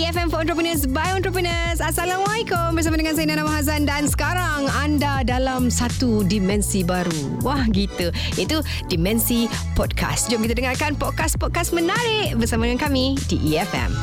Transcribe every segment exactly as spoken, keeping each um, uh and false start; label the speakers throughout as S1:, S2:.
S1: F M for Entrepreneurs by Entrepreneurs. Assalamualaikum. Bersama dengan saya Nana Mahazan. Dan sekarang anda dalam satu dimensi baru. Wah gitu. Iaitu dimensi podcast. Jom kita dengarkan podcast-podcast menarik bersama dengan kami di E F M.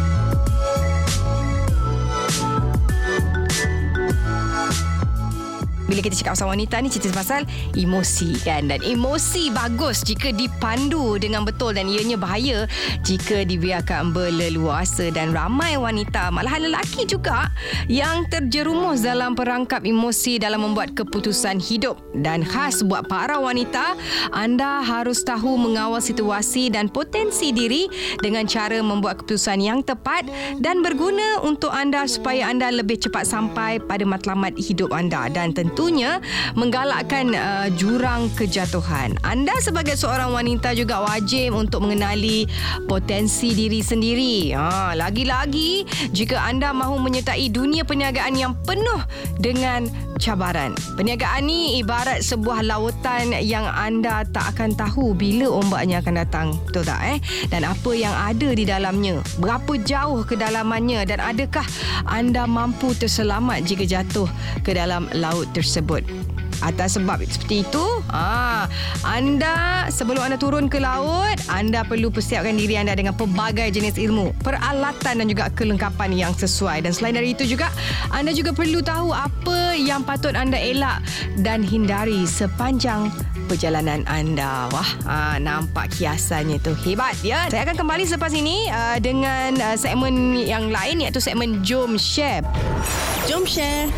S1: Bila kita cakap pasal wanita ni, cerita pasal emosi kan. Dan emosi bagus jika dipandu dengan betul, dan ianya bahaya jika dibiarkan berleluasa. Dan ramai wanita, malahan lelaki juga, yang terjerumus dalam perangkap emosi dalam membuat keputusan hidup. Dan khas buat para wanita, anda harus tahu mengawal situasi dan potensi diri dengan cara membuat keputusan yang tepat dan berguna untuk anda supaya anda lebih cepat sampai pada matlamat hidup anda. Dan tentu Tentunya menggalakkan uh, jurang kejatuhan. Anda sebagai seorang wanita juga wajib untuk mengenali potensi diri sendiri. Ha, lagi-lagi jika anda mahu menyertai dunia perniagaan yang penuh dengan cabaran. Perniagaan ni ibarat sebuah lautan yang anda tak akan tahu bila ombaknya akan datang. Betul tak eh? Dan apa yang ada di dalamnya? Berapa jauh kedalamannya? Dan adakah anda mampu terselamat jika jatuh ke dalam laut tersebut? tersebut. Atas sebab seperti itu, ah, anda sebelum anda turun ke laut, anda perlu persiapkan diri anda dengan pelbagai jenis ilmu, peralatan dan juga kelengkapan yang sesuai. Dan selain dari itu juga, anda juga perlu tahu apa yang patut anda elak dan hindari sepanjang perjalanan anda. Wah, ah, nampak kiasannya tu hebat ya. Saya akan kembali selepas ini uh, dengan uh, segmen yang lain, iaitu segmen Jom Share. Jom Share.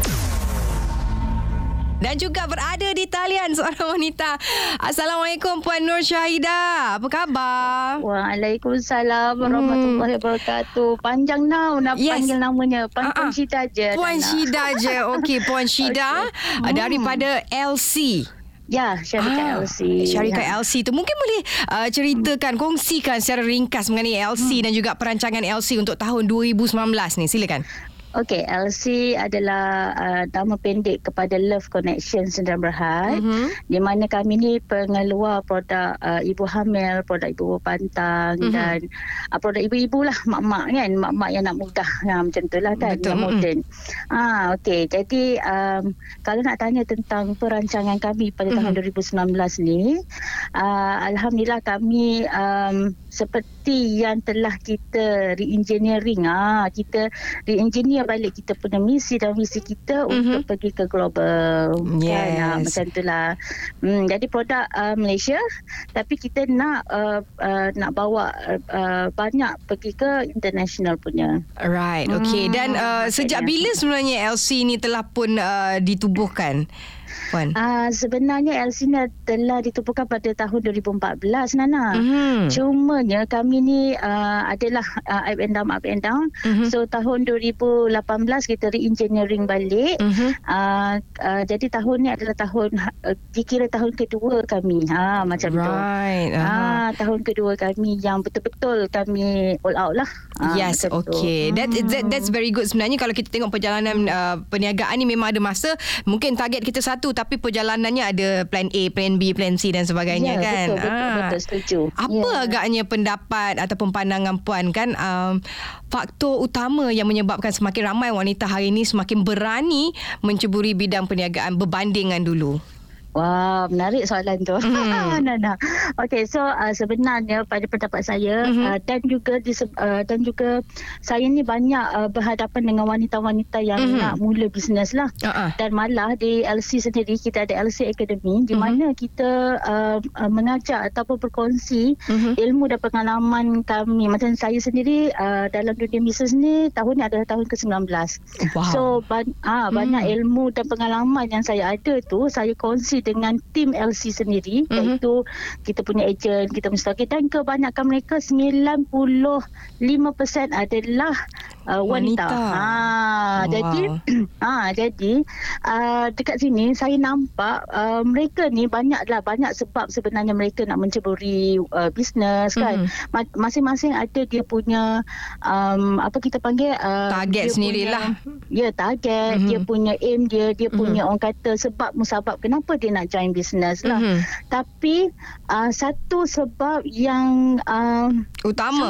S1: Dan juga berada di talian seorang wanita. Assalamualaikum Puan Nur Syahidah. Apa khabar?
S2: Waalaikumsalam warahmatullahi hmm. wabarakatuh. Panjang now nak yes. panggil namanya. Puan uh-uh. Syida je.
S1: Puan Syida je. Okey, Puan Syida okay. daripada L C.
S2: Ya, syarikat ah, L C.
S1: Syarikat
S2: ya.
S1: L C tu mungkin boleh uh, ceritakan, kongsikan secara ringkas mengenai L C hmm. dan juga perancangan L C untuk tahun dua ribu sembilan belas ni. Silakan.
S2: Okey, L C adalah uh, nama pendek kepada Love Connection Sdn Bhd, mm-hmm. di mana kami ni pengeluar produk uh, ibu hamil, produk ibu pantang, mm-hmm. dan uh, produk ibu-ibu lah, mak-mak kan, mak-mak yang nak mudah, ya, macam tu lah kan,
S1: betul.
S2: Yang moden. Ah, okey, jadi um, kalau nak tanya tentang perancangan kami pada mm-hmm. tahun dua ribu sembilan belas ni, uh, Alhamdulillah kami um, seperti yang telah kita re-engineering, ah, kita re-engineer balik kita punya misi dan visi kita mm-hmm. untuk pergi ke global.
S1: Yes.
S2: Kan? Macam itulah. Hmm, jadi produk uh, Malaysia, tapi kita nak uh, uh, nak bawa uh, banyak pergi ke international punya.
S1: Right. Okay. Hmm. Dan uh, sejak bila sebenarnya L C ni telah pun uh, ditubuhkan? Puan?
S2: Uh, sebenarnya L C ni telah ditubuhkan pada tahun dua ribu empat belas, Nana. Mm-hmm. Cumanya kami ni uh, adalah uh, up and down, up and down. Mm-hmm. So tahun dua ribu lapan belas kita re-engineering balik. Mm-hmm. Uh, uh, jadi tahun ni adalah tahun, uh, dikira tahun kedua kami. Ha, macam
S1: right.
S2: tu.
S1: Right. Uh-huh.
S2: Ha, tahun kedua kami yang betul-betul kami all out lah. Ha,
S1: yes, okay. That, that, that's very good. Sebenarnya kalau kita tengok perjalanan uh, perniagaan ni memang ada masa, mungkin target kita satu, tapi perjalanannya ada plan A, plan B, plan C dan sebagainya, ya, kan.
S2: Betul, betul,
S1: ah.
S2: betul, setuju.
S1: Apa
S2: ya.
S1: agaknya pendapat ataupun pandangan Puan, kan, um, faktor utama yang menyebabkan semakin ramai wanita hari ini semakin berani menceburi bidang perniagaan berbanding dengan dulu?
S2: Wah, menarik soalan tu. Mm. nah, nah. Okey, so uh, sebenarnya pada pendapat saya, mm-hmm. uh, dan juga di, uh, dan juga saya ni banyak uh, berhadapan dengan wanita-wanita yang mm-hmm. nak mula bisnes lah. Uh-uh. Dan malah di L C sendiri kita ada L C Academy, di mana mm-hmm. kita uh, uh, mengajar ataupun berkongsi mm-hmm. ilmu dan pengalaman kami. Macam saya sendiri uh, dalam dunia bisnes ni, tahun ni adalah tahun ke sembilan belas. Wow. So ban- ah, mm. banyak ilmu dan pengalaman yang saya ada tu saya kongsi dengan tim L C sendiri, mm-hmm. iaitu kita punya ejen, kita punya stockist, dan kebanyakan mereka sembilan puluh lima peratus adalah uh, wanita. wanita. Ha, wow. Jadi ha, jadi uh, dekat sini saya nampak uh, mereka ni banyaklah banyak sebab sebenarnya mereka nak menceburi uh, bisnes, kan. Mm-hmm. Ma- masing-masing ada dia punya um, apa kita panggil uh,
S1: target sendirilah.
S2: Ya, target, mm-hmm. dia punya aim dia, dia mm-hmm. punya orang kata sebab musabab kenapa dia nak join bisnes lah. Mm-hmm. Tapi uh, satu sebab yang uh,
S1: utama
S2: sama.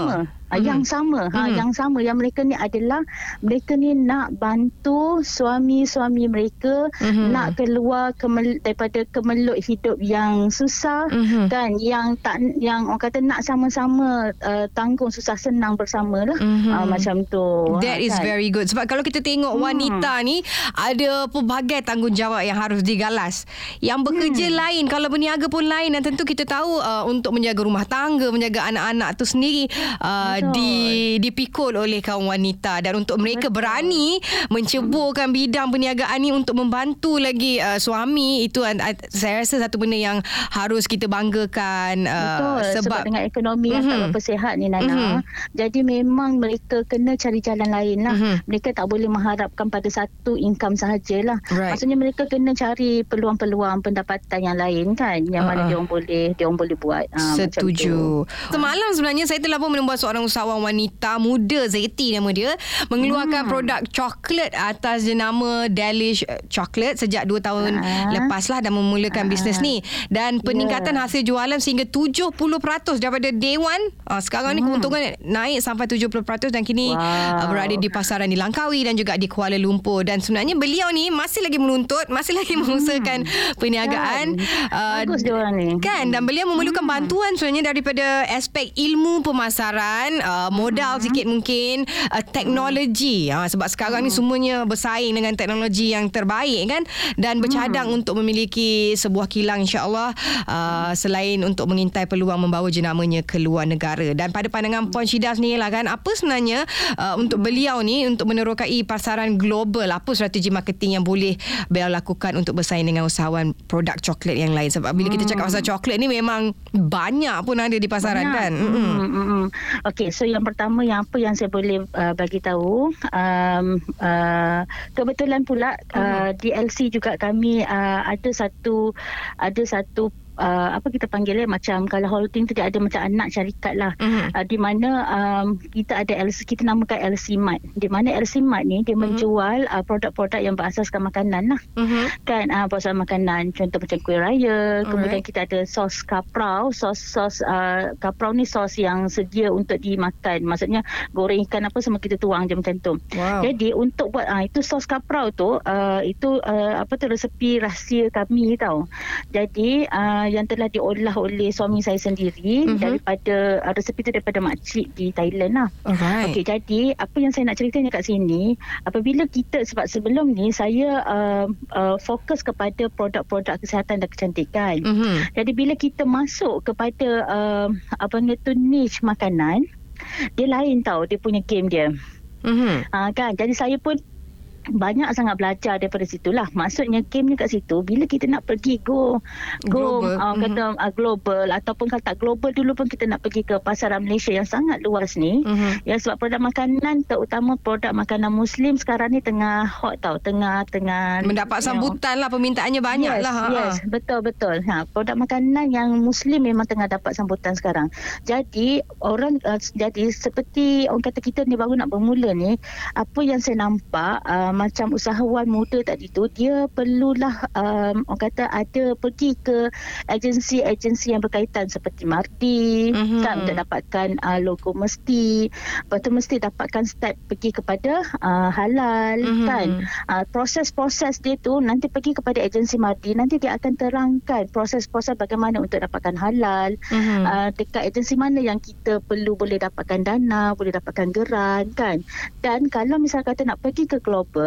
S2: Mm-hmm. Yang sama, mm-hmm. ha, yang sama yang mereka ni adalah mereka ni nak bantu suami-suami mereka mm-hmm. nak keluar kemel, daripada kemelut hidup yang susah mm-hmm. kan, yang tak yang orang kata nak sama-sama uh, tanggung susah senang bersama lah mm-hmm. uh, macam tu.
S1: That ha, is kan? Very good. Sebab kalau kita tengok hmm. wanita ni ada pelbagai tanggungjawab yang harus digalas. Yang bekerja hmm. lain, kalau berniaga pun lain, dan tentu kita tahu uh, untuk menjaga rumah tangga, menjaga anak-anak tu sendiri uh, di dipikul oleh kaum wanita, dan untuk mereka Betul. berani menceburkan bidang perniagaan ni untuk membantu lagi uh, suami, itu uh, saya rasa satu benda yang harus kita banggakan uh,
S2: Betul.
S1: sebab,
S2: sebab dengan ekonomi yang
S1: mm-hmm.
S2: tak berapa sihat ni Nana, mm-hmm. jadi memang mereka kena cari jalan lain lah. Mm-hmm. Mereka tak boleh mengharapkan pada satu income sahajalah. Right. Maksudnya mereka kena cari peluang-peluang pendapatan yang lain kan, yang uh-uh. mana dia orang boleh dia orang boleh buat. Uh,
S1: Setuju. Semalam sebenarnya saya telah pun menemui seorang usahawan wanita muda, Zeti nama dia, mengeluarkan hmm. produk coklat atas jenama Delish Chocolate sejak dua tahun uh. lepas lah, dan memulakan uh. bisnes ni, dan peningkatan yeah. hasil jualan sehingga tujuh puluh peratus daripada day one. Uh, sekarang hmm. ni keuntungan naik sampai tujuh puluh peratus, dan kini wow. uh, berada di pasaran di Langkawi dan juga di Kuala Lumpur. Dan sebenarnya beliau ni masih lagi menuntut, masih lagi mengusahakan hmm. perniagaan.
S2: Uh, Bagus dia orang ni.
S1: Kan, dan beliau memerlukan hmm. bantuan sebenarnya daripada aspek ilmu pemasaran, uh, modal hmm. sikit mungkin, uh, teknologi. Uh, sebab sekarang hmm. ni semuanya bersaing dengan teknologi yang terbaik kan, dan bercadang hmm. untuk memiliki sebuah kilang insya-Allah, uh, selain untuk mengintai peluang membawa jenamanya ke luar negara. Dan pada pandangan Puan Syida ni lah kan, apa sebenarnya uh, untuk beliau ni untuk menerokai pasaran global, apa strategi marketing yang boleh beliau lakukan untuk bersaing dengan usahawan produk coklat yang lain? Sebab bila kita cakap pasal coklat ni memang banyak pun ada di pasaran banyak. kan.
S2: Mm-hmm. Mm-hmm. Okey, so yang pertama yang apa yang saya boleh uh, bagi tahu, um, uh, kebetulan pula uh, mm-hmm. D L C juga kami uh, ada satu ada satu Uh, apa kita panggil eh, macam kalau holding tu dia ada macam anak syarikat lah, mm-hmm. uh, di mana um, kita ada L C, kita namakan L C Mart, di mana L C Mart ni dia mm-hmm. menjual uh, produk-produk yang berasaskan makanan lah, mm-hmm. kan, uh, berasaskan makanan, contoh macam kuih raya. Alright. Kemudian kita ada sos kaprau, sos-sos uh, kaprau ni sos yang sedia untuk dimakan, maksudnya goreng ikan apa semua kita tuang je macam tu. Wow. Jadi untuk buat uh, itu sos kaprau tu uh, itu uh, apa tu resepi rahsia kami tau. Jadi uh, yang telah diolah oleh suami saya sendiri, mm-hmm. daripada uh, resepi tu daripada makcik di Thailand lah.
S1: Alright.
S2: Okey, jadi apa yang saya nak ceritanya kat sini, apabila kita, sebab sebelum ni saya uh, uh, fokus kepada produk-produk kesihatan dan kecantikan. Mm-hmm. Jadi bila kita masuk kepada uh, apa ni tu niche makanan, dia lain tau dia punya game dia. Mm-hmm. Uh, kan, jadi saya pun banyak sangat belajar daripada situlah. Maksudnya gamenya kat situ, bila kita nak pergi go go global, uh, kata mm-hmm. uh, global, ataupun kalau tak global dulu pun kita nak pergi ke pasaran Malaysia yang sangat luas ni, mm-hmm. ya, sebab produk makanan, terutama produk makanan Muslim sekarang ni tengah hot tau, tengah tengah
S1: mendapat sambutan know. lah, permintaannya banyak
S2: yes,
S1: lah.
S2: Yes, ha. betul betul. Ha, produk makanan yang Muslim memang tengah dapat sambutan sekarang. Jadi orang uh, jadi seperti orang kata kita ni baru nak bermula ni, apa yang saya nampak uh, macam usahawan muda tadi tu, dia perlulah um, orang kata ada pergi ke agensi-agensi yang berkaitan seperti Mardi, mm-hmm. kan, untuk dapatkan uh, logo mesti, lepas tu mesti dapatkan step pergi kepada uh, halal, mm-hmm. kan, uh, proses-proses dia tu nanti pergi kepada agensi Mardi, nanti dia akan terangkan proses-proses bagaimana untuk dapatkan halal, mm-hmm. uh, dekat agensi mana yang kita perlu boleh dapatkan dana, boleh dapatkan geran, kan. Dan kalau misal kata nak pergi ke global,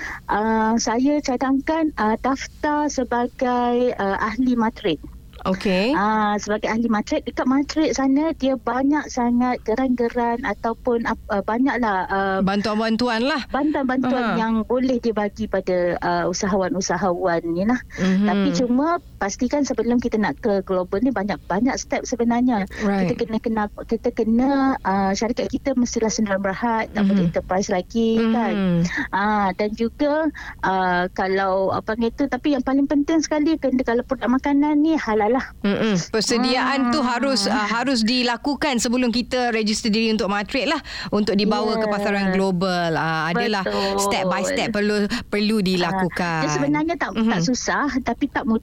S2: Uh, saya cadangkan uh, daftar sebagai uh, ahli matrik.
S1: Okey.
S2: Ah, sebagai ahli matrik, dekat matrik sana dia banyak sangat geran-geran ataupun uh, banyaklah uh,
S1: bantuan-bantuan lah.
S2: Bantuan-bantuan uh-huh. yang boleh dibagi pada uh, usahawan-usahawan ni lah. Mm-hmm. Tapi cuma pastikan sebelum kita nak ke global ni banyak-banyak step sebenarnya. Right. Kita kena kena kita kena uh, syarikat kita mestilah Sendirian Berhad, tak mm-hmm. boleh enterprise lagi, mm-hmm. kan. Ah, dan juga uh, kalau apa gitu, tapi yang paling penting sekali kena, kalau produk makanan ni halal lah.
S1: Mm-mm. Persediaan hmm. tu harus uh, harus dilakukan sebelum kita register diri untuk matrik lah, untuk dibawa yeah. ke pasaran global. Uh, adalah step by step perlu perlu dilakukan.
S2: Uh, sebenarnya tak mm-hmm. tak susah, tapi tak mudah juga.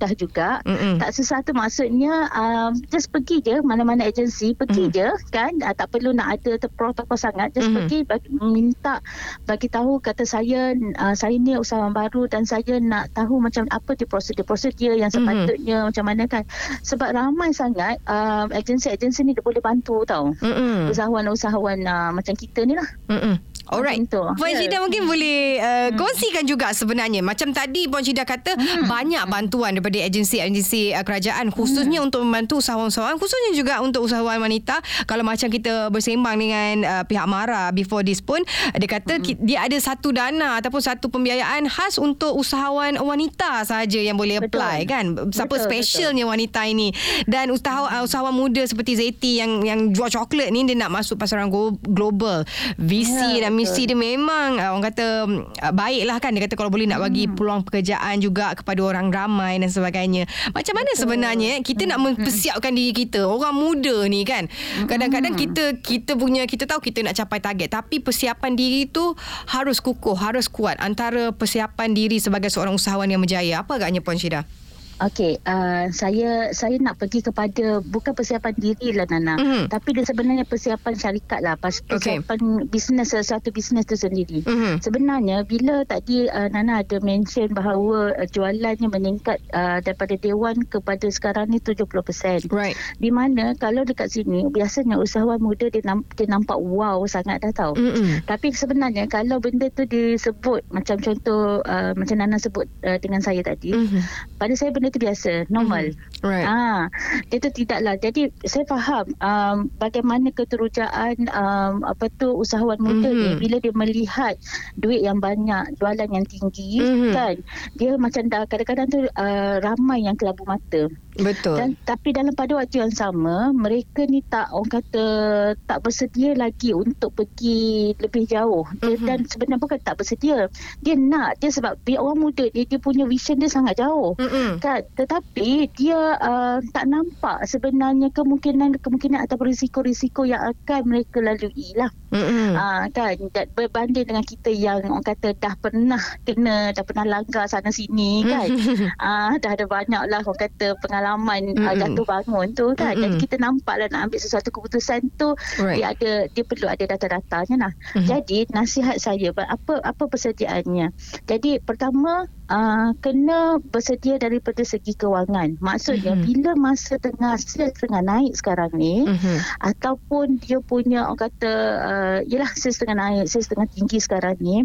S2: susah. Mm-mm. Tak susah tu maksudnya um, just pergi je mana-mana agensi, pergi mm. je kan. Uh, tak perlu nak ada protokol sangat. Just mm. pergi bagi, minta bagi tahu kata saya uh, saya ni usahawan baru dan saya nak tahu macam apa di prosedur-prosedur yang sepatutnya mm. macam mana kan. Sebab ramai sangat uh, agensi-agensi ni dia boleh bantu tau. Mm-mm. Usahawan-usahawan uh, macam kita ni lah. Mm-mm.
S1: Alright. Puan Syida yeah. mungkin boleh uh, hmm. kongsikan juga sebenarnya. Macam tadi Puan Syida kata hmm. banyak bantuan daripada agensi-agensi uh, kerajaan khususnya hmm. untuk membantu usahawan-usahawan, khususnya juga untuk usahawan wanita. Kalau macam kita bersembang dengan uh, pihak MARA before this pun, dia kata hmm. dia ada satu dana ataupun satu pembiayaan khas untuk usahawan wanita sahaja yang boleh betul. apply kan. Siapa specialnya wanita ini. Dan usahawan, usahawan muda seperti Zeti yang yang jual coklat ni, dia nak masuk pasaran global. V C yeah. dan misi dia memang orang kata baiklah kan. Dia kata kalau boleh nak bagi peluang pekerjaan juga kepada orang ramai dan sebagainya. Macam mana betul. sebenarnya kita nak mempersiapkan diri kita, orang muda ni kan. Kadang-kadang kita kita punya kita tahu kita nak capai target, tapi persiapan diri tu harus kukuh, harus kuat. Antara persiapan diri sebagai seorang usahawan yang berjaya, apa agaknya Puan Syida?
S2: Okey, uh, saya saya nak pergi kepada bukan persiapan diri lah Nana, mm-hmm. tapi dia sebenarnya persiapan syarikat lah, persiapan okay. bisnes, satu bisnes tu sendiri. Mm-hmm. Sebenarnya bila tadi uh, Nana ada mention bahawa uh, jualannya meningkat uh, daripada day one kepada sekarang ni tujuh puluh peratus.
S1: Right.
S2: Di mana kalau dekat sini biasanya usahawan muda dia, namp- dia nampak wow sangat dah tahu. Mm-hmm. Tapi sebenarnya kalau benda tu disebut macam contoh uh, macam Nana sebut uh, dengan saya tadi, mm-hmm. pada saya benda itu biasa, normal.
S1: Mm-hmm. Right.
S2: Ah, itu tidaklah. Jadi saya faham um, bagaimana keterujaan um, apa tu usahawan muda mm-hmm. ni bila dia melihat duit yang banyak, jualan yang tinggi, mm-hmm. kan. Dia macam dah kadang-kadang tu uh, ramai yang kelabu mata.
S1: Betul.
S2: Dan tapi dalam pada waktu yang sama, mereka ni tak orang kata tak bersedia lagi untuk pergi lebih jauh. Dia, mm-hmm. dan sebenarnya bukan tak bersedia. Dia nak, dia sebab dia orang muda dia, dia punya vision dia sangat jauh. Mm-hmm. Kan? Tetapi dia uh, tak nampak sebenarnya kemungkinan-kemungkinan atau risiko-risiko yang akan mereka lalui lah. Mm-hmm. Uh, kan? Dan berbanding dengan kita yang orang kata dah pernah kena, dah pernah langgar sana sini kan. uh, dah ada banyak lah orang kata pengalaman mm-hmm. uh, jatuh bangun tu kan. Mm-hmm. Jadi kita nampak lah nak ambil sesuatu keputusan tu, right. dia ada dia perlu ada data-datanya lah. Mm-hmm. Jadi nasihat saya, apa apa persediaannya. Jadi pertama Uh, kena bersedia daripada segi kewangan. Maksudnya mm-hmm. bila masa tengah sales tengah naik sekarang ni, mm-hmm. ataupun dia punya orang kata uh, yelah sales tengah naik, sales tengah tinggi sekarang ni,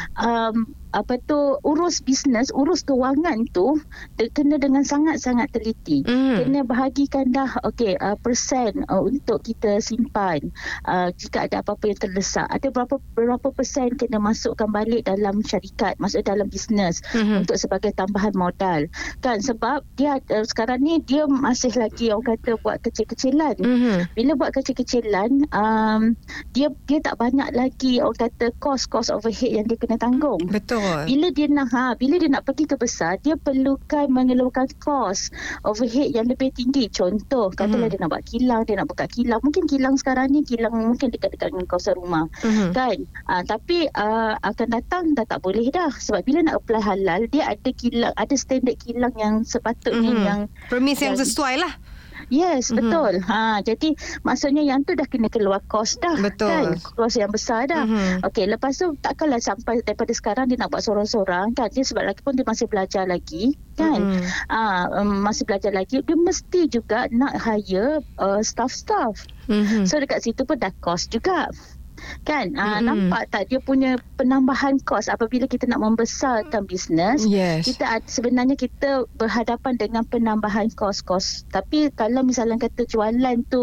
S2: um, apa tu urus bisnes, urus kewangan tu de- kena dengan sangat-sangat teliti. Mm. Kena bahagikan dah okey uh, persen uh, untuk kita simpan. Uh, jika ada apa-apa yang terdesak, ada berapa berapa persen kena masukkan balik dalam syarikat, masuk dalam bisnes. Mm-hmm. untuk sebagai tambahan modal. Kan sebab dia uh, sekarang ni dia masih lagi orang kata buat kecil-kecilan. Mm-hmm. Bila buat kecil-kecilan, um, dia dia tak banyak lagi orang kata cost-cost overhead yang dia kena tanggung.
S1: Betul.
S2: Bila dia nak ha, bila dia nak pergi ke besar, dia perlukan mengeluarkan cost overhead yang lebih tinggi. Contoh, katalah mm-hmm. dia nak buat kilang, dia nak buka kilang. Mungkin kilang sekarang ni kilang mungkin dekat-dekat dengan kawasan rumah. Mm-hmm. Kan? Ha, tapi uh, akan datang dah tak boleh dah. Sebab bila nak apply halal, dia ada kilang, ada standard kilang yang sepatutnya mm-hmm. yang
S1: permis yang, yang sesuai lah.
S2: Yes, mm-hmm. betul. Ha, jadi maksudnya yang tu dah kena keluar kos dah.
S1: Betul.
S2: Kan? Kos yang besar dah. Mm-hmm. Okey, lepas tu takkanlah sampai daripada sekarang dia nak buat sorang-sorang kan. Dia sebab lagi pun dia masih belajar lagi kan. Mm-hmm. Ha, um, masih belajar lagi. Dia mesti juga nak hire uh, staff-staff. Mm-hmm. So dekat situ pun dah kos juga. Kan mm-hmm. uh, nampak tak dia punya penambahan kos apabila kita nak membesarkan bisnes.
S1: Yes.
S2: Kita sebenarnya kita berhadapan dengan penambahan kos-kos. Tapi kalau misalnya kata jualan tu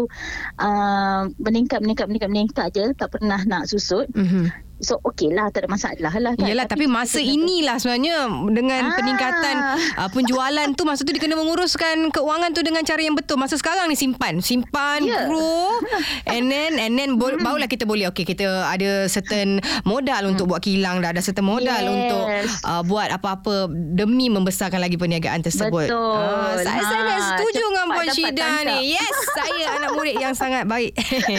S2: uh, meningkat meningkat meningkat meningkat je, tak pernah nak susut. Mm-hmm. So okey lah, tak ada masalah lah kan.
S1: Yelah, tapi, tapi masa inilah sebenarnya dengan ah. peningkatan uh, penjualan tu, masa tu dia kena menguruskan keuangan tu dengan cara yang betul. Masa sekarang ni simpan Simpan yeah. grow And then And then mm. barulah kita boleh okey, kita ada certain modal mm. untuk buat kilang dah, ada certain modal yes. untuk uh, buat apa-apa demi membesarkan lagi perniagaan tersebut.
S2: Betul.
S1: uh, Saya
S2: ha.
S1: sangat setuju dengan Puan
S2: dapat
S1: Syida
S2: tangkap.
S1: ni. Yes, saya anak murid yang sangat baik.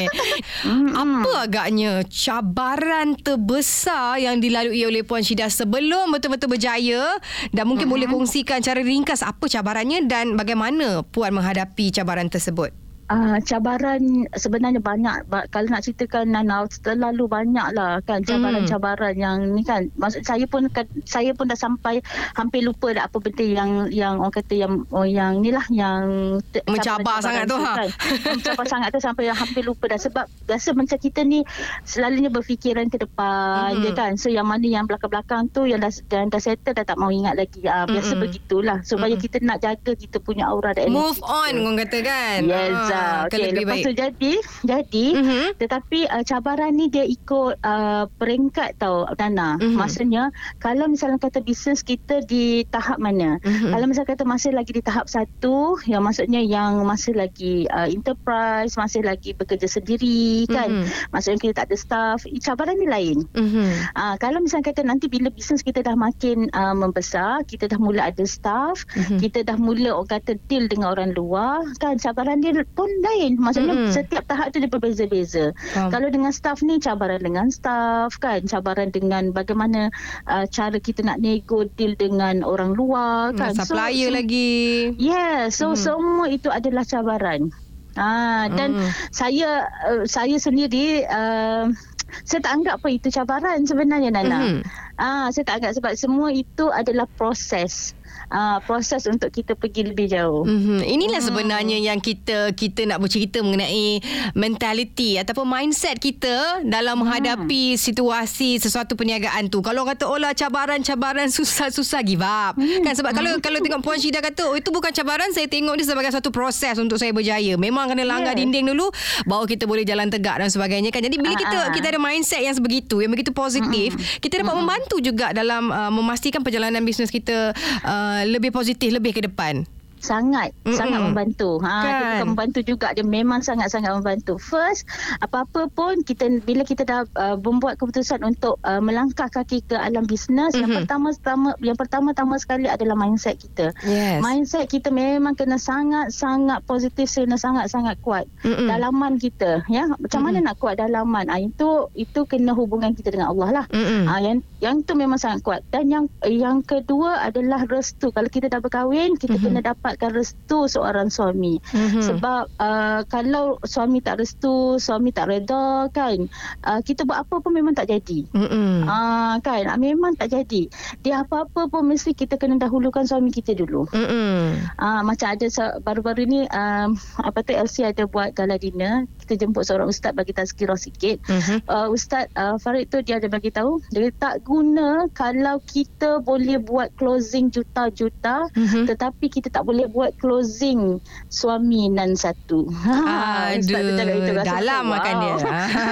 S2: Mm-mm.
S1: Apa agaknya cabaran terbesar yang dilalui oleh Puan Syida sebelum betul-betul berjaya, dan mungkin
S2: Mm-mm.
S1: boleh kongsikan cara ringkas apa cabarannya dan bagaimana Puan menghadapi cabaran tersebut?
S2: Uh, cabaran sebenarnya banyak. Ba- kalau nak ceritakan Nana, terlalu banyak lah kan cabaran-cabaran yang ni kan. Maksud saya pun saya pun dah sampai hampir lupa dah apa benda yang yang orang kata yang oh, yang ni lah yang te-
S1: Mencabar sangat tu, ha?
S2: kan. Mencabar sangat tu sampai hampir lupa dah, sebab biasa macam kita ni selalunya berfikiran ke depan,
S1: Mm-hmm.
S2: je kan. So yang mana yang belakang-belakang tu yang dah, dah, dah settle dah tak mau ingat lagi. Uh, biasa
S1: Mm-hmm.
S2: begitulah supaya
S1: Mm-hmm.
S2: kita nak jaga kita punya aura dan
S1: Move
S2: energi
S1: on,
S2: kita.
S1: orang kata kan.
S2: Yes,
S1: Ah,
S2: ah,
S1: kan
S2: okay.
S1: lebih
S2: Lepas
S1: baik.
S2: tu jadi, jadi
S1: Mhm.
S2: tetapi uh, cabaran ni dia ikut uh, peringkat tau, Nana.
S1: Mhm.
S2: Maksudnya, kalau misalnya kata bisnes kita di tahap mana?
S1: Mhm.
S2: Kalau misalnya kata masih lagi di tahap satu, yang maksudnya yang masih lagi uh, enterprise, masih lagi bekerja sendiri, kan?
S1: Mhm.
S2: Maksudnya kita tak ada staff, cabaran ni lain.
S1: Mhm.
S2: Uh, kalau misalnya kata nanti bila bisnes kita dah makin uh, membesar, kita dah mula ada staff,
S1: Mhm.
S2: kita dah mula orang kata deal dengan orang luar, kan cabaran dia pun lain. Maksudnya
S1: Mhm.
S2: setiap tahap tu dia berbeza-beza.
S1: Faham.
S2: Kalau dengan staff ni, cabaran dengan staff, kan, cabaran dengan bagaimana uh, cara kita nak nego deal dengan orang luar, kan.
S1: Dengan supplier
S2: so,
S1: lagi.
S2: Yeah, so
S1: Mhm.
S2: semua itu adalah cabaran. Ah, dan
S1: Mhm.
S2: saya uh, saya sendiri uh, saya tak anggap apa itu cabaran sebenarnya, Nana.
S1: Mhm.
S2: Ah, saya tak anggap, sebab semua itu adalah proses. Uh, proses untuk kita pergi lebih jauh.
S1: Mm-hmm. Inilah sebenarnya yang kita kita nak bercerita mengenai mentality ataupun mindset kita dalam menghadapi situasi sesuatu perniagaan tu. Kalau kata oh lah cabaran-cabaran susah-susah, give up.
S2: Hmm.
S1: Kan sebab kalau kalau tengok Puan Syida kata oh itu bukan cabaran, saya tengok dia sebagai satu proses untuk saya berjaya. Memang kena langgar
S2: Yes.
S1: dinding dulu baru kita boleh jalan tegak dan sebagainya kan. Jadi bila kita
S2: Ah, ah.
S1: kita ada mindset yang sebegitu, yang begitu positif, kita dapat membantu juga dalam uh, memastikan perjalanan bisnes kita uh, lebih positif, lebih ke depan.
S2: Sangat
S1: Mm-mm.
S2: sangat membantu. Ha, dia
S1: Kan?
S2: bukan membantu juga, dia memang sangat-sangat membantu. First, apa-apa pun kita bila kita dah uh, membuat keputusan untuk uh, melangkah kaki ke alam bisnes,
S1: Mm-hmm.
S2: yang pertama-tama yang pertama-tama sekali adalah mindset kita.
S1: Yes.
S2: Mindset kita memang kena sangat-sangat positif, kena sangat-sangat kuat.
S1: Mm-mm.
S2: Dalaman kita, ya. Macam mana nak kuat dalaman? Ah, itu itu kena hubungan kita dengan Allah lah.
S1: Mm-mm.
S2: Ah, yang yang tu memang sangat kuat. Dan yang yang kedua adalah restu. Kalau kita dah berkahwin, kita
S1: Mhm.
S2: kena dapatkan restu seorang suami.
S1: Mhm.
S2: Sebab uh, kalau suami tak restu, suami tak reda, kan, uh, kita buat apa pun memang tak jadi.
S1: Mm-mm.
S2: Ah, kan, ah, memang tak jadi. Dia apa-apa pun mesti kita kena dahulukan suami kita dulu.
S1: Mm-mm.
S2: Ah, macam ada se- baru-baru ni um, apa tu L C ada buat gala dinner. Kita jemput seorang ustaz bagi tazkirah sikit.
S1: Mhm.
S2: Uh, Ustaz uh, Farid tu dia ada bagi tahu, dia tak guna kalau kita boleh buat closing juta-juta,
S1: Mhm.
S2: tetapi kita tak boleh buat closing suami nan satu. Ha, Ustaz tu cakap itu,
S1: Aduh,
S2: rasa
S1: dalam
S2: macam,
S1: makan
S2: wow.
S1: dia.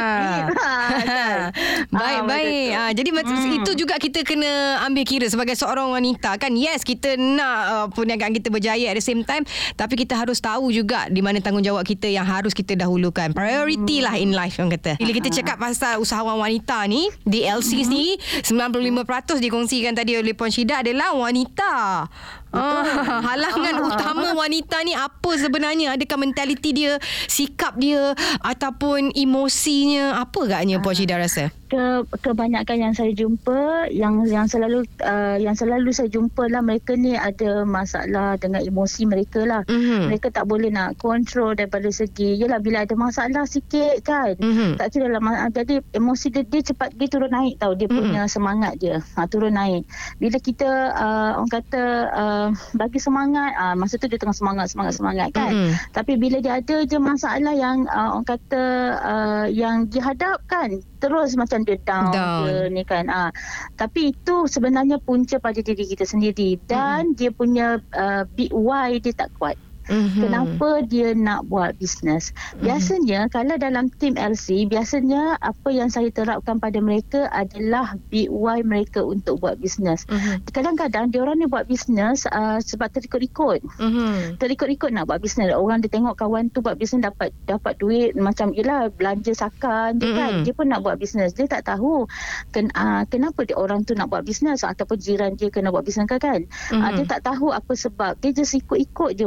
S2: Kan?
S1: Baik,
S2: Ah,
S1: baik.
S2: macam tu.
S1: Ah, jadi hmm. itu juga kita kena ambil kira sebagai seorang wanita kan. Yes, kita nak uh, perniagaan kita berjaya at the same time, tapi kita harus tahu juga di mana tanggungjawab kita yang harus kita dahulukan. Priority lah in life orang kata. Bila kita cakap pasal usahawan wanita ni, di L C sendiri sembilan puluh lima peratus dikongsikan tadi oleh Puan Syida adalah wanita. Ah, halangan
S2: Ah.
S1: utama wanita ni apa sebenarnya? Adakah mentaliti dia, sikap dia ataupun emosinya? Apa agaknya Puan Syida rasa?
S2: Ke, kebanyakan yang saya jumpa, yang yang selalu uh, yang selalu saya jumpa lah, mereka ni ada masalah dengan emosi mereka lah.
S1: Mhm.
S2: Mereka tak boleh nak kontrol daripada segi, yelah bila ada masalah sikit kan,
S1: Mhm.
S2: tak kira lah, ma- jadi emosi dia, dia cepat dia turun naik tau, dia punya semangat dia ha, turun naik. Bila kita uh, orang kata uh, bagi semangat, uh, masa tu dia tengah semangat semangat semangat kan,
S1: Mhm.
S2: tapi bila dia ada je masalah yang uh, orang kata uh, yang dihadapkan, terus macam dia down,
S1: Down.
S2: dia ni kan. Ah, tapi itu sebenarnya punca pada diri kita sendiri, dan mm-hmm. dia punya uh, big why dia tak kuat.
S1: Mhm.
S2: Kenapa dia nak buat bisnes? Biasanya kalau dalam tim L C, biasanya apa yang saya terapkan pada mereka adalah big why mereka untuk buat bisnes.
S1: Mhm.
S2: Kadang-kadang dia orang ni buat bisnes uh, sebab terikut-ikut.
S1: Mhm.
S2: Terikut-ikut nak buat bisnes. Orang dia tengok kawan tu buat bisnes dapat dapat duit, macam yelah belanja sakan je kan.
S1: Mm-mm.
S2: Dia pun nak buat bisnes. Dia tak tahu ken, uh, kenapa dia orang tu nak buat bisnes, ataupun jiran dia kena buat bisnes kan. kan? Uh,
S1: Mhm.
S2: dia tak tahu apa sebab. Dia just ikut-ikut je orang.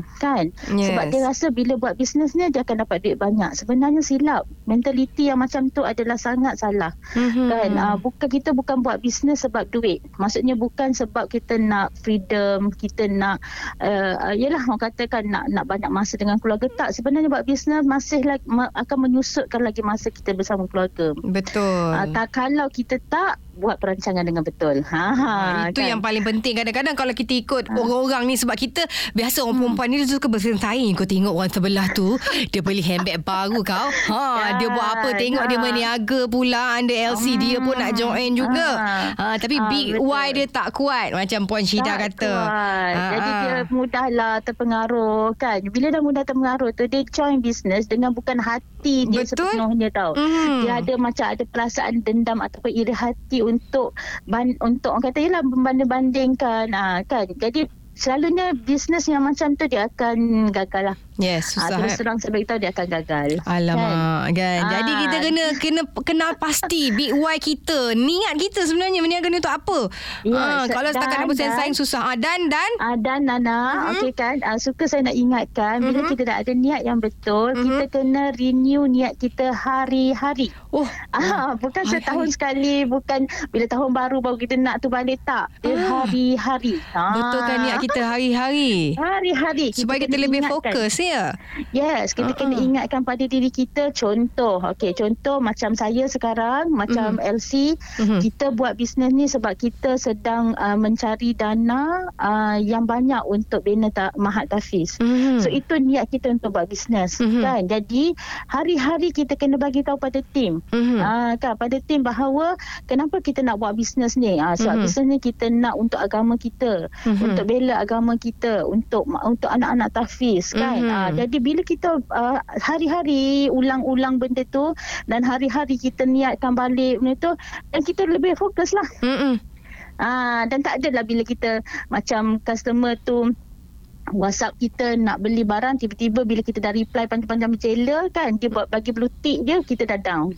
S2: kan.
S1: Yes.
S2: Sebab dia rasa bila buat bisnes ni dia akan dapat duit banyak. Sebenarnya silap. Mentaliti yang macam tu adalah sangat salah. Mm-hmm. Kan uh, bukan kita bukan buat bisnes sebab duit. Maksudnya bukan sebab kita nak freedom, kita nak uh, yalah orang katakan nak nak banyak masa dengan keluarga. Tak, sebenarnya buat bisnes masih lagi, akan menyusutkan lagi masa kita bersama keluarga.
S1: Betul.
S2: Uh, tak, kalau kita tak buat perancangan dengan betul. Ha, ha
S1: itu
S2: kan?
S1: Yang paling penting. Kadang-kadang kalau kita ikut
S2: ha.
S1: orang-orang ni, sebab kita biasa orang hmm. perempuan ni dia suka bersaing. Kau tengok orang sebelah tu, dia beli handbag baru kau. Ha, ya, dia buat apa? Tengok ya. Dia berniaga pula under L C, hmm. dia pun nak join juga. Ha, ha tapi ha, big betul. Y dia tak kuat macam Puan Syida tak kata. Ha,
S2: Jadi ha. dia mudahlah terpengaruh kan. Bila dah mudah terpengaruh tu, dia join business dengan bukan hati dia betul? Sepenuhnya tau. Hmm. Dia ada macam ada perasaan dendam ataupun iri hati untuk ban, untuk orang kata ialah membanding-bandingkan ah, kan. Jadi selalunya bisnes yang macam tu dia akan gagal lah.
S1: Yes, susah.
S2: Ah, terus terang saya beritahu dia akan gagal.
S1: Alamak, kan. kan? Ah. Jadi kita kena kena kenal pasti big why kita, niat kita sebenarnya berniaga ni untuk apa.
S2: Ya,
S1: ah, kalau setakat nak bersaing susah. Ah, dan dan
S2: ah, dan Nana, uh-huh. okey kan, ah, suka saya nak ingatkan bila uh-huh. kita dah ada niat yang betul, uh-huh. kita kena renew niat kita hari-hari. Oh, ah, bukan hari-hari. Setahun sekali, bukan bila tahun baru baru kita nak tu balik, tak. Dia ah. hari-hari. Ah.
S1: Betulkan niat kita hari-hari.
S2: Hari-hari.
S1: Supaya kita, kita lebih ingatkan. Fokus ya.
S2: Yes, kita uh-uh. kena ingatkan pada diri kita. Contoh, okey, contoh macam saya sekarang, macam uh-huh. L C, uh-huh. kita buat bisnes ni sebab kita sedang uh, mencari dana uh, yang banyak untuk bina ta- Mahat Tafiz. Uh-huh. So itu niat kita untuk buat bisnes, uh-huh. kan. Jadi hari-hari kita kena bagi tahu pada tim, uh-huh. uh, kan, pada tim bahawa kenapa kita nak buat bisnes ni. Uh, sebab uh-huh. bisnes ni kita nak untuk agama kita, uh-huh. untuk bela agama kita, untuk untuk anak-anak Tafiz, kan. Uh-huh. Uh, jadi bila kita uh, hari-hari ulang-ulang benda tu dan hari-hari kita niatkan balik benda tu, dan kita lebih fokus lah. Mm-mm. Uh, dan tak adalah bila kita macam customer tu WhatsApp kita nak beli barang, tiba-tiba bila kita dah reply panjang-panjang bercela kan, dia buat bagi blue tick je, kita dah down.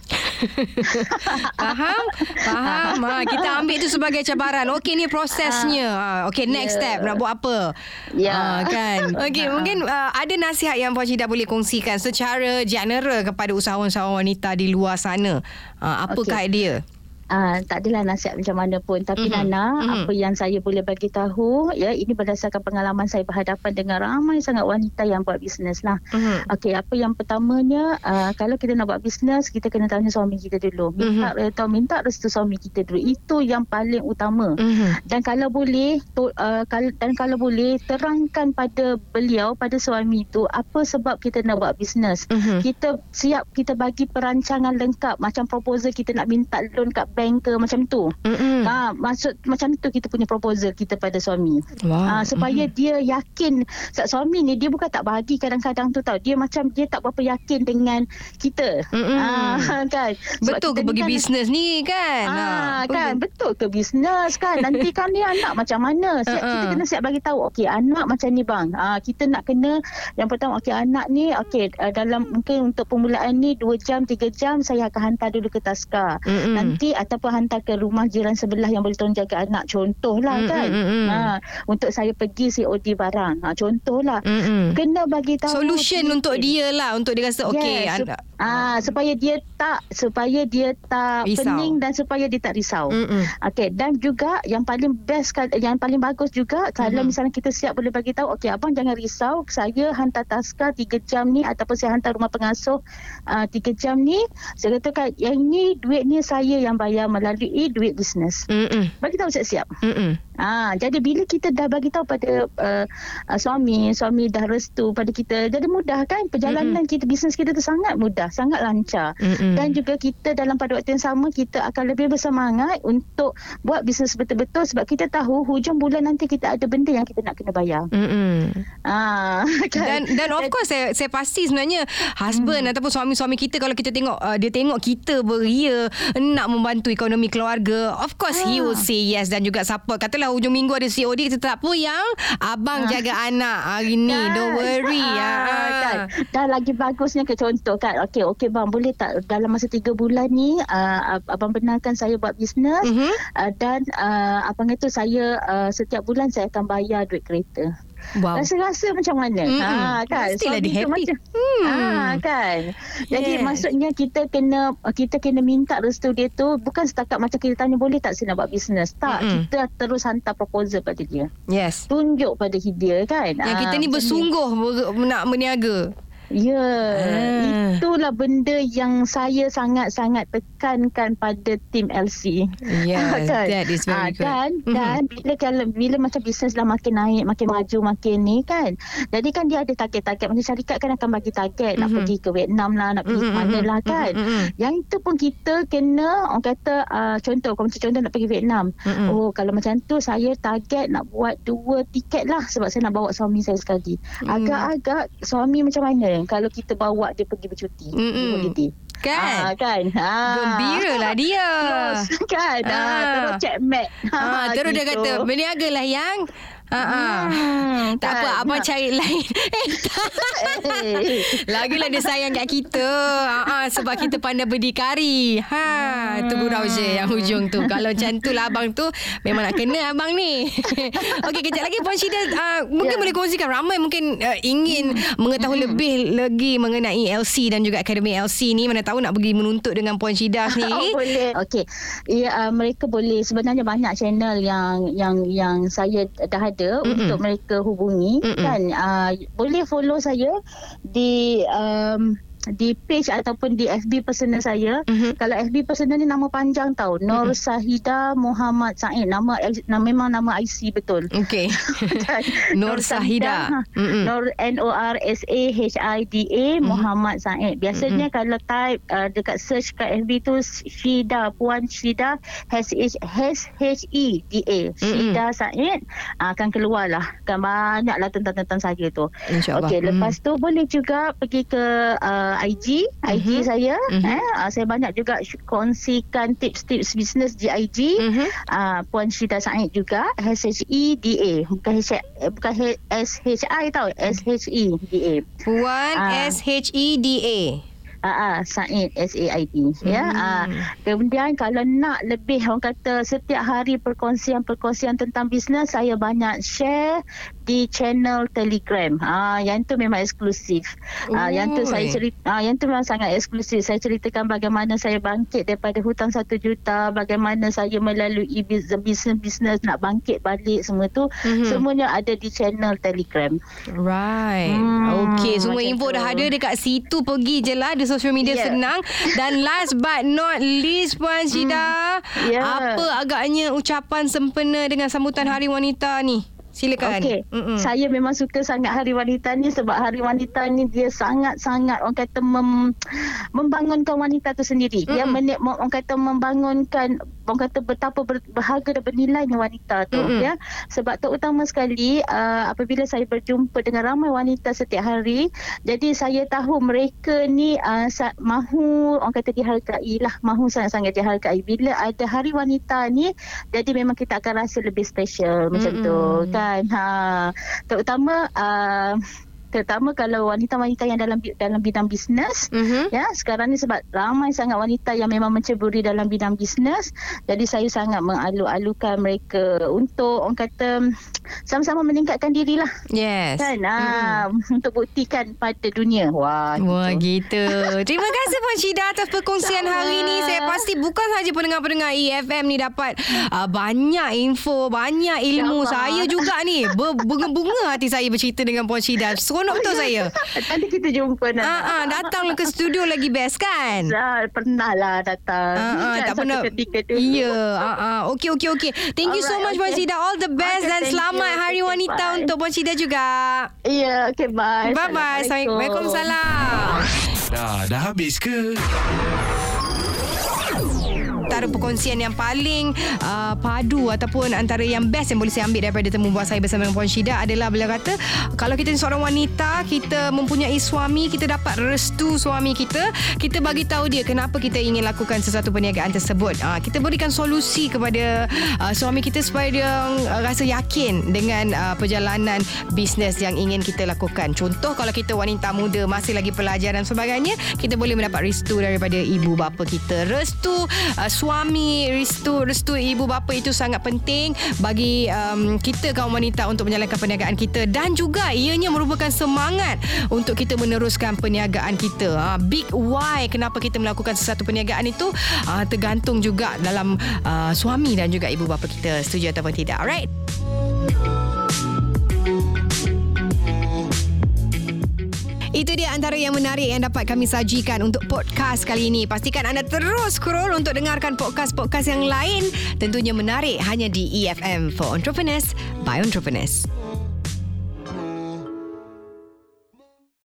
S1: Faham? Faham. Ha, kita ambil tu sebagai cabaran. Okey, ni prosesnya. Ha, okey, next yeah. step nak buat apa?
S2: Ya. Yeah.
S1: Ha, kan? Okey, mungkin uh, ada nasihat yang Puan Syida boleh kongsikan secara general kepada usahawan-usahawan wanita di luar sana. Ha, apakah okay. dia?
S2: Uh, tak adalah nasihat macam mana pun, tapi mm-hmm. Nana, mm-hmm. apa yang saya boleh bagi tahu, ya, ini berdasarkan pengalaman saya berhadapan dengan ramai sangat wanita yang buat bisnes lah. Mm-hmm. Okey, apa yang pertamanya, uh, kalau kita nak buat bisnes, kita kena tanya suami kita dulu. Minta mm-hmm. restu, minta restu suami kita dulu. Itu yang paling utama. Mm-hmm. Dan kalau boleh, to, uh, kal- dan kalau boleh terangkan pada beliau, pada suami itu, apa sebab kita nak buat bisnes. Mm-hmm. Kita siap, kita bagi perancangan lengkap, macam proposal kita nak minta loan kat bank ke macam tu. Mm-hmm. Ha, maksud macam tu kita punya proposal kita pada suami. Wow. Ha, supaya mm-hmm. dia yakin. Sebab suami ni dia bukan tak bagi kadang-kadang tu tau. Dia macam dia tak berapa yakin dengan kita. Mm-hmm. Ha, kan. Sebab
S1: betul ke pergi kan, bisnes ni kan?
S2: Ha, ha, kan betul ke bisnes kan. Nanti kan ni anak macam mana? Siap, uh-uh. kita kena siap bagi tahu. Okey, anak macam ni bang. Ha, kita nak kena yang pertama, okey, anak ni okey, dalam mungkin untuk permulaan ni dua jam tiga jam saya akan hantar dulu ke Taska. Mm-hmm. Nanti ataupun hantar ke rumah jiran sebelah yang boleh tolong jaga anak, contohlah mm, kan. Mm, mm, ha, untuk saya pergi C O D barang. Ha, contohlah. Mm, mm. Kena bagi tahu
S1: solution dia, untuk dia lah, untuk dia rasa okey.
S2: Yes, sup- ha, supaya dia tak supaya dia tak risau. Pening dan supaya dia tak risau. Mm, mm. Okey, dan juga yang paling best, yang paling bagus juga kalau mm. misalnya kita siap boleh bagi tahu, okey abang jangan risau, saya hantar Taska tiga jam ni ataupun saya hantar rumah pengasuh uh, tiga jam ni. Saya katakan yang ni duit ni saya yang bayar melalui duit bisnes. Mm-mm. Bagi tahu siap-siap. Mm-mm. Ha, jadi bila kita dah bagi tahu pada uh, uh, suami, suami dah restu pada kita, jadi mudah kan perjalanan Mm-mm. kita, bisnes kita tu sangat mudah, sangat lancar. Mm-mm. Dan juga kita dalam pada waktu yang sama kita akan lebih bersemangat untuk buat bisnes betul-betul sebab kita tahu hujung bulan nanti kita ada benda yang kita nak kena bayar. Ha,
S1: kan? Dan dan of course saya saya pasti sebenarnya husband mm. ataupun suami-suami kita, kalau kita tengok uh, dia tengok kita beria nak membantu ekonomi keluarga, of course ha. he will say yes dan juga support. Katalah hujung minggu ada C O D, kita tak apa yang abang ha. jaga anak hari ni, kan? Don't worry. Ha. Ha.
S2: Kan? Dan lagi bagusnya ke contoh kan, okey okey bang, boleh tak dalam masa tiga bulan ni uh, abang benarkan saya buat bisnes, mm-hmm. uh, dan uh, abang itu saya uh, setiap bulan saya akan bayar duit kereta.
S1: Wow.
S2: Rasa-rasa macam mana?
S1: Mm-mm.
S2: Ha, kan?
S1: Mestilah
S2: Suami
S1: dia
S2: tu
S1: happy.
S2: Macam,
S1: Hmm.
S2: ha, kan? Jadi
S1: Yes.
S2: maksudnya kita kena kita kena minta restu dia tu, bukan setakat macam kita tanya boleh tak saya nak buat bisnes. Tak,
S1: Mm-mm.
S2: kita terus hantar proposal pada dia.
S1: Yes.
S2: Tunjuk pada dia kan.
S1: Yang kita
S2: Ah,
S1: ni
S2: macam
S1: bersungguh ber- nak berniaga.
S2: Ya,
S1: Ah.
S2: itulah benda yang saya sangat-sangat tekankan pada tim L C.
S1: Yes,
S2: Kan?
S1: that is
S2: Ah,
S1: very good.
S2: Dan,
S1: Mhm.
S2: dan bila kalau bila macam bisnes dah makin naik, makin maju, makin ni kan. Jadi kan dia ada target-target. Macam syarikat kan akan bagi target. Nak
S1: Mhm.
S2: pergi ke Vietnam lah, nak pergi
S1: Mhm,
S2: ke mana
S1: mhm,
S2: lah kan.
S1: mhm, mhm.
S2: Yang itu pun kita kena, orang kata, uh, contoh, kalau macam contoh nak pergi Vietnam.
S1: Mhm.
S2: Oh, kalau macam tu saya target nak buat dua tiket lah sebab saya nak bawa suami saya sekali.
S1: Hmm.
S2: Agak-agak suami macam mana kalau kita bawa dia pergi bercuti,
S1: Mm-mm.
S2: pergi holiday.
S1: Kan?
S2: Ah, kan? Ah.
S1: Gembira lah dia.
S2: Terus, kan? Ah.
S1: Ah.
S2: Terus check map.
S1: Ah, terus dia
S2: gitu.
S1: kata, berniaga lah yang. Ha ah.
S2: Hmm,
S1: Tak
S2: kan?
S1: apa, abang cari lain. Eh, tak.
S2: Eh.
S1: Lagilah dia sayang kat kita. Ha ah, sebab kita pandai berdikari. Ha, tu gurau je yang hujung tu. Kalau macam tu lah abang tu, memang nak kena abang ni. Okey, kejap lagi Puan Syida uh, mungkin
S2: Ya.
S1: boleh kongsikan, ramai mungkin uh, ingin mengetahui lebih lagi mengenai L C dan juga Akademi L C ni. Mana tahu nak pergi menuntut dengan Puan Syida
S2: Oh,
S1: ni.
S2: boleh. Okey. Ya, uh, mereka boleh, sebenarnya banyak channel yang yang yang saya dah ada
S1: Mm-mm.
S2: untuk mereka hubungi.
S1: Mm-mm.
S2: Kan uh, boleh follow saya di um, di page ataupun di F B personal saya.
S1: Mhm.
S2: Kalau F B personal ni nama panjang tau, Nur Sahida Muhammad Said. Nama, nama memang nama I C betul.
S1: Okey. Nur Sahida.
S2: ha.
S1: Mm-mm.
S2: Nur N O R S A H I D A Muhammad Said. Biasanya
S1: Mm-mm.
S2: kalau type uh, dekat search kat F B tu Syida, Puan Syida H H E D A Syida Said, uh, akan keluar lah. Kan banyak lah tentang-tentang saya tu.
S1: InsyaAllah.
S2: Okey,
S1: Mm.
S2: lepas tu boleh juga pergi ke uh, I G, I G
S1: Mhm.
S2: saya.
S1: Mhm.
S2: Eh, uh, saya banyak juga kongsikan tips-tips bisnes di I G.
S1: Mhm.
S2: Uh, Puan Syida Said juga, H H E D A, bukan H, eh, bukan H, S H I tau, S H E D A.
S1: Puan
S2: Ah.
S1: S H E D A.
S2: Ah, uh, uh, Said S A I D ya.
S1: Hmm.
S2: Uh, kemudian kalau nak lebih, orang kata setiap hari perkongsian-perkongsian tentang bisnes, saya banyak share di channel Telegram. Ah, uh, yang tu memang eksklusif. Ah, uh, yang tu saya
S1: Oi.
S2: cerita, ah, uh, yang tu memang sangat eksklusif. Saya ceritakan bagaimana saya bangkit daripada hutang satu juta, bagaimana saya melalui bisnes-bisnes nak bangkit balik, semua tu
S1: Mhm.
S2: semuanya ada di channel Telegram.
S1: Right.
S2: Hmm,
S1: Okey, semua
S2: macam
S1: info
S2: tu.
S1: dah ada dekat situ. Pergi je lah di social media,
S2: Yeah.
S1: senang. Dan last but not least, Puan Syida,
S2: Yeah.
S1: apa agaknya ucapan sempena dengan sambutan Hari Wanita ni? Silakan.
S2: Okey,
S1: Mm-mm.
S2: saya memang suka sangat Hari Wanita ni sebab Hari Wanita ni dia sangat-sangat, orang kata mem, membangunkan wanita tu sendiri. Dia
S1: Mm-mm.
S2: menik, orang kata membangunkan, orang kata betapa ber, berharga dan bernilainya wanita tu.
S1: Mm-mm.
S2: Ya, sebab terutama sekali uh, apabila saya berjumpa dengan ramai wanita setiap hari, jadi saya tahu mereka ni uh, sa- mahu, orang kata dihargai lah, mahu sangat-sangat dihargai. Bila ada Hari Wanita ni, jadi memang kita akan rasa lebih special macam
S1: Mm-mm.
S2: tu kan. Ha, terutama uh, terutama kalau wanita-wanita yang dalam dalam bidang bisnes.
S1: Mhm.
S2: Ya, sekarang ni sebab ramai sangat wanita yang memang menceburi dalam bidang bisnes. Jadi saya sangat mengalu-alukan mereka untuk, orang kata, sama-sama meningkatkan dirilah.
S1: Yes.
S2: Kan? Ha, untuk buktikan pada dunia. Wah,
S1: Wah,
S2: gitu.
S1: gitu. Terima kasih Puan Syida atas perkongsian
S2: Sama.
S1: hari ni. Saya pasti bukan sahaja pendengar-pendengar E F M ni dapat uh, banyak info, banyak ilmu.
S2: Sama.
S1: Saya juga ni berbunga-bunga hati saya bercerita dengan Puan Syida. Seronok betul saya.
S2: Nanti kita jumpa nak.
S1: Ah, ah, datang ke studio lagi best kan?
S2: Ah, pernah lah datang.
S1: Ah, ah,
S2: Kan,
S1: tak
S2: satu
S1: pernah.
S2: ketika dulu.
S1: Ya, ah, ah. Okey, okey, okey. Thank you so
S2: Alright,
S1: much Puan
S2: okay.
S1: Syida. All the best
S2: Okay,
S1: dan
S2: thank
S1: selamat
S2: you.
S1: Hari
S2: Okay,
S1: Wanita
S2: bye.
S1: untuk Puan Syida juga.
S2: Ya, okay, bye.
S1: Bye-bye.
S2: Assalamualaikum.
S1: Waalaikumsalam.
S3: Dah, dah habis ke?
S1: Antara perkongsian yang paling uh, padu ataupun antara yang best yang boleh saya ambil daripada temu buat saya bersama dengan Puan Syida adalah beliau kata kalau kita ni seorang wanita, kita mempunyai suami, kita dapat restu suami kita, kita bagi tahu dia kenapa kita ingin lakukan sesuatu perniagaan tersebut. Uh, kita berikan solusi kepada uh, suami kita supaya dia uh, rasa yakin dengan uh, perjalanan bisnes yang ingin kita lakukan. Contoh kalau kita wanita muda masih lagi pelajar dan sebagainya, kita boleh mendapat restu daripada ibu bapa kita. Restu uh, suami, restu restu ibu bapa itu sangat penting bagi um, kita kaum wanita untuk menjalankan perniagaan kita, dan juga ianya merupakan semangat untuk kita meneruskan perniagaan kita. Ha, big why kenapa kita melakukan sesuatu perniagaan itu uh, tergantung juga dalam uh, suami dan juga ibu bapa kita setuju ataupun tidak. Alright. Itu dia antara yang menarik yang dapat kami sajikan untuk podcast kali ini. Pastikan anda terus scroll untuk dengarkan podcast-podcast yang lain. Tentunya menarik hanya di E F M for Entrepreneurs by Entrepreneurs.